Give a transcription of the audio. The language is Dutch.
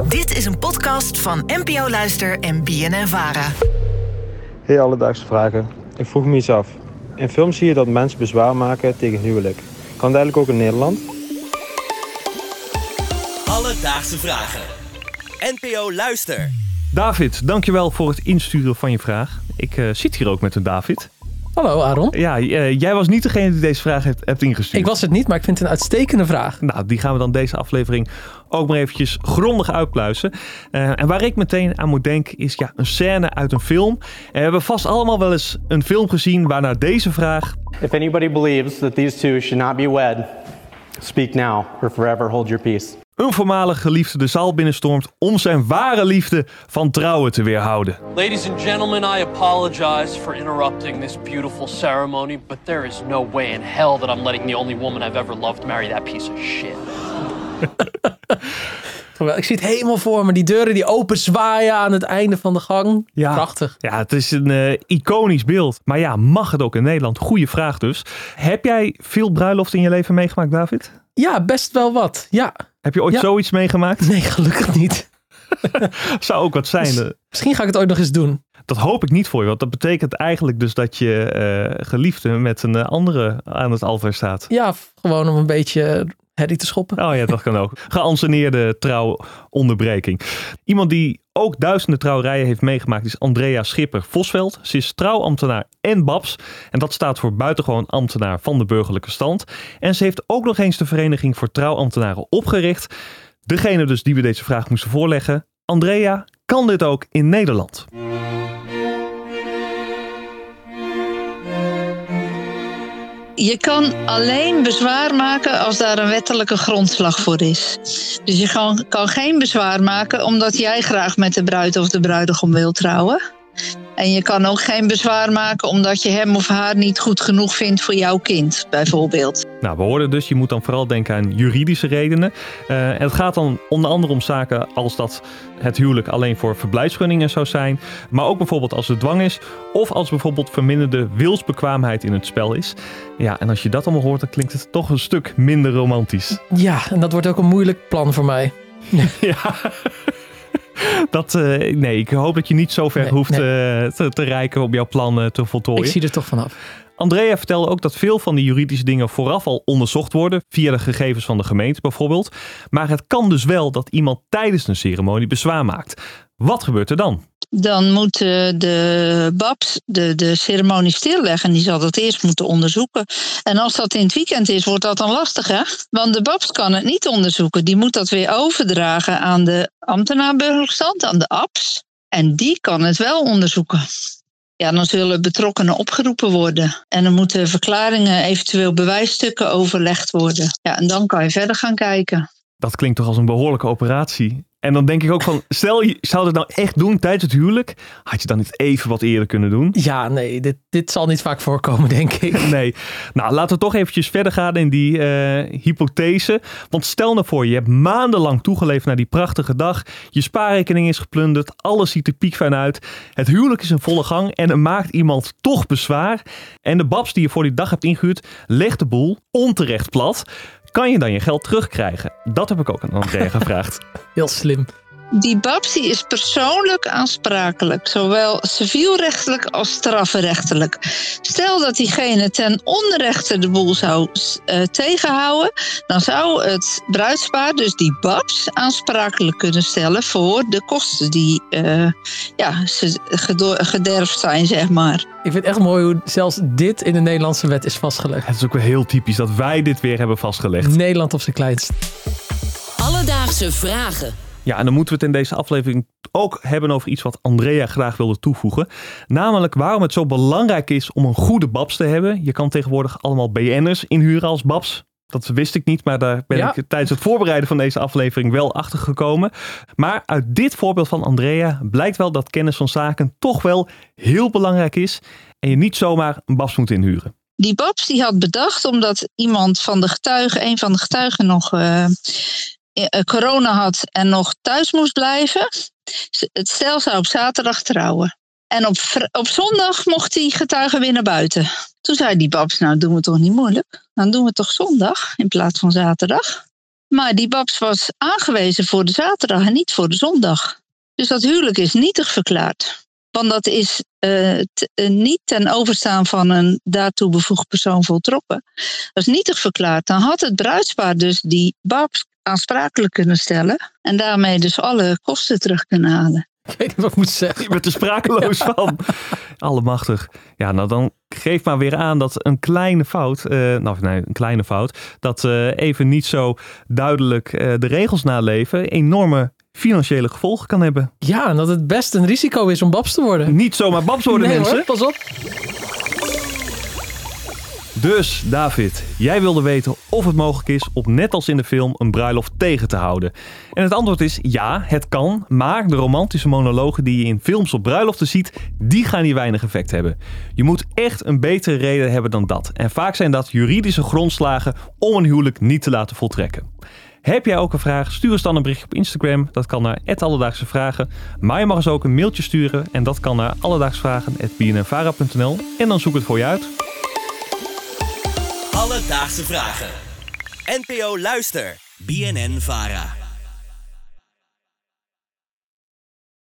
Dit is een podcast van NPO Luister en BNN-Vara. Hey Alledaagse Vragen. Ik vroeg me iets af. In films zie je dat mensen bezwaar maken tegen huwelijk. Kan dat eigenlijk ook in Nederland? Alledaagse Vragen. NPO Luister. David, dankjewel voor het insturen van je vraag. Ik zit hier ook met een David. Hallo Aaron. Ja, jij was niet degene die deze vraag hebt ingestuurd. Ik was het niet, maar ik vind het een uitstekende vraag. Nou, die gaan we dan deze aflevering ook maar eventjes grondig uitpluizen. En waar ik meteen aan moet denken is een scène uit een film. We hebben vast allemaal wel eens een film gezien waarna deze vraag... If anybody believes that these two should not be wed, speak now or forever hold your peace. Een voormalig geliefde de zaal binnenstormt om zijn ware liefde van trouwen te weerhouden. Ladies and gentlemen, I apologize for interrupting this beautiful ceremony, but there is no way in hell that I'm letting the only woman I've ever loved marry that piece of shit. Ik zie het helemaal voor me. Die deuren die open zwaaien aan het einde van de gang. Ja. Prachtig. Ja, het is een iconisch beeld. Maar ja, mag het ook in Nederland? Goeie vraag dus. Heb jij veel bruiloft in je leven meegemaakt, David? Ja, best wel wat. Ja. Heb je ooit zoiets meegemaakt? Nee, gelukkig niet. Zou ook wat zijn. Misschien ga ik het ooit nog eens doen. Dat hoop ik niet voor je, want dat betekent eigenlijk dus dat je geliefde met een andere aan het altaar staat. Ja, gewoon om een beetje herrie te schoppen. Oh ja, dat kan ook. Geanceneerde trouwonderbreking. Iemand die ook duizenden trouwerijen heeft meegemaakt is Andrea Schipper-Vosveld. Ze is trouwambtenaar en babs. En dat staat voor buitengewoon ambtenaar van de burgerlijke stand. En ze heeft ook nog eens de Vereniging voor Trouwambtenaren opgericht. Degene dus die we deze vraag moesten voorleggen. Andrea, kan dit ook in Nederland? Je kan alleen bezwaar maken als daar een wettelijke grondslag voor is. Dus je kan geen bezwaar maken omdat jij graag met de bruid of de bruidegom wilt trouwen. En je kan ook geen bezwaar maken omdat je hem of haar niet goed genoeg vindt voor jouw kind, bijvoorbeeld. Nou, we hoorden dus, je moet dan vooral denken aan juridische redenen. En het gaat dan onder andere om zaken als dat het huwelijk alleen voor verblijfsgunningen zou zijn. Maar ook bijvoorbeeld als er dwang is. Of als bijvoorbeeld verminderde wilsbekwaamheid in het spel is. Ja, en als je dat allemaal hoort, dan klinkt het toch een stuk minder romantisch. Ja, en dat wordt ook een moeilijk plan voor mij. Ja. Nee, ik hoop dat je niet zo ver hoeft te reiken om jouw plan te voltooien. Ik zie er toch vanaf. Andrea vertelde ook dat veel van die juridische dingen vooraf al onderzocht worden, via de gegevens van de gemeente bijvoorbeeld. Maar het kan dus wel dat iemand tijdens een ceremonie bezwaar maakt. Wat gebeurt er dan? Dan moet de babs de ceremonie stilleggen. Die zal dat eerst moeten onderzoeken. En als dat in het weekend is, wordt dat dan lastig, hè? Want de babs kan het niet onderzoeken. Die moet dat weer overdragen aan de ambtenaar burgerlijk stand, aan de ABS. En die kan het wel onderzoeken. Ja, dan zullen betrokkenen opgeroepen worden. En dan moeten verklaringen, eventueel bewijsstukken overlegd worden. Ja, en dan kan je verder gaan kijken. Dat klinkt toch als een behoorlijke operatie. En dan denk ik ook van, stel je zou het nou echt doen tijdens het huwelijk, had je dan niet even wat eerder kunnen doen? Ja, nee, dit zal niet vaak voorkomen, denk ik. Nee. Nou, laten we toch eventjes verder gaan in die hypothese. Want stel nou voor, je hebt maandenlang toegeleefd naar die prachtige dag. Je spaarrekening is geplunderd, alles ziet er piekfijn uit. Het huwelijk is in volle gang en er maakt iemand toch bezwaar. En de babs die je voor die dag hebt ingehuurd, legt de boel onterecht plat. Kan je dan je geld terugkrijgen? Dat heb ik ook aan Andrea gevraagd. Heel slim. Die babs die is persoonlijk aansprakelijk, zowel civielrechtelijk als strafrechtelijk. Stel dat diegene ten onrechte de boel zou tegenhouden, dan zou het bruidspaar, dus die babs, aansprakelijk kunnen stellen voor de kosten die gederfd zijn, zeg maar. Ik vind het echt mooi hoe zelfs dit in de Nederlandse wet is vastgelegd. Het is ook wel heel typisch dat wij dit weer hebben vastgelegd. Nederland op zijn kleinst. Alledaagse Vragen. Ja, en dan moeten we het in deze aflevering ook hebben over iets wat Andrea graag wilde toevoegen. Namelijk waarom het zo belangrijk is om een goede babs te hebben. Je kan tegenwoordig allemaal BN'ers inhuren als babs. Dat wist ik niet, maar daar ben ik tijdens het voorbereiden van deze aflevering wel achter gekomen. Maar uit dit voorbeeld van Andrea blijkt wel dat kennis van zaken toch wel heel belangrijk is. En je niet zomaar een babs moet inhuren. Die babs die had bedacht, omdat iemand van de getuigen, een van de getuigen nog corona had en nog thuis moest blijven. Het stel zou op zaterdag trouwen. En op zondag mocht die getuige weer naar buiten. Toen zei die babs, nou doen we toch niet moeilijk. Dan doen we toch zondag in plaats van zaterdag. Maar die Babs was aangewezen voor de zaterdag en niet voor de zondag. Dus dat huwelijk is nietig verklaard. Want dat is niet ten overstaan van een daartoe bevoegd persoon voltrokken. Dat is nietig verklaard. Dan had het bruidspaar dus die Babs aansprakelijk kunnen stellen. En daarmee dus alle kosten terug kunnen halen. Ik weet niet wat ik moet zeggen. Je bent er sprakeloos van. Allemachtig. Ja, nou dan geef maar weer aan dat een kleine fout, dat even niet zo duidelijk de regels naleven enorme financiële gevolgen kan hebben. Ja, en dat het best een risico is om Babs te worden. Niet zomaar Babs worden, nee, mensen. Hoor, pas op. Dus David, jij wilde weten of het mogelijk is om net als in de film een bruiloft tegen te houden. En het antwoord is ja, het kan, maar de romantische monologen die je in films op bruiloften ziet, die gaan hier weinig effect hebben. Je moet echt een betere reden hebben dan dat. En vaak zijn dat juridische grondslagen om een huwelijk niet te laten voltrekken. Heb jij ook een vraag? Stuur ons dan een berichtje op Instagram. Dat kan naar @Alledaagse Vragen. Maar je mag ons ook een mailtje sturen. En dat kan naar alledaagsvragen@bnnvara.nl. En dan zoek het voor je uit. Alledaagse Vragen. NPO Luister. BNN Vara.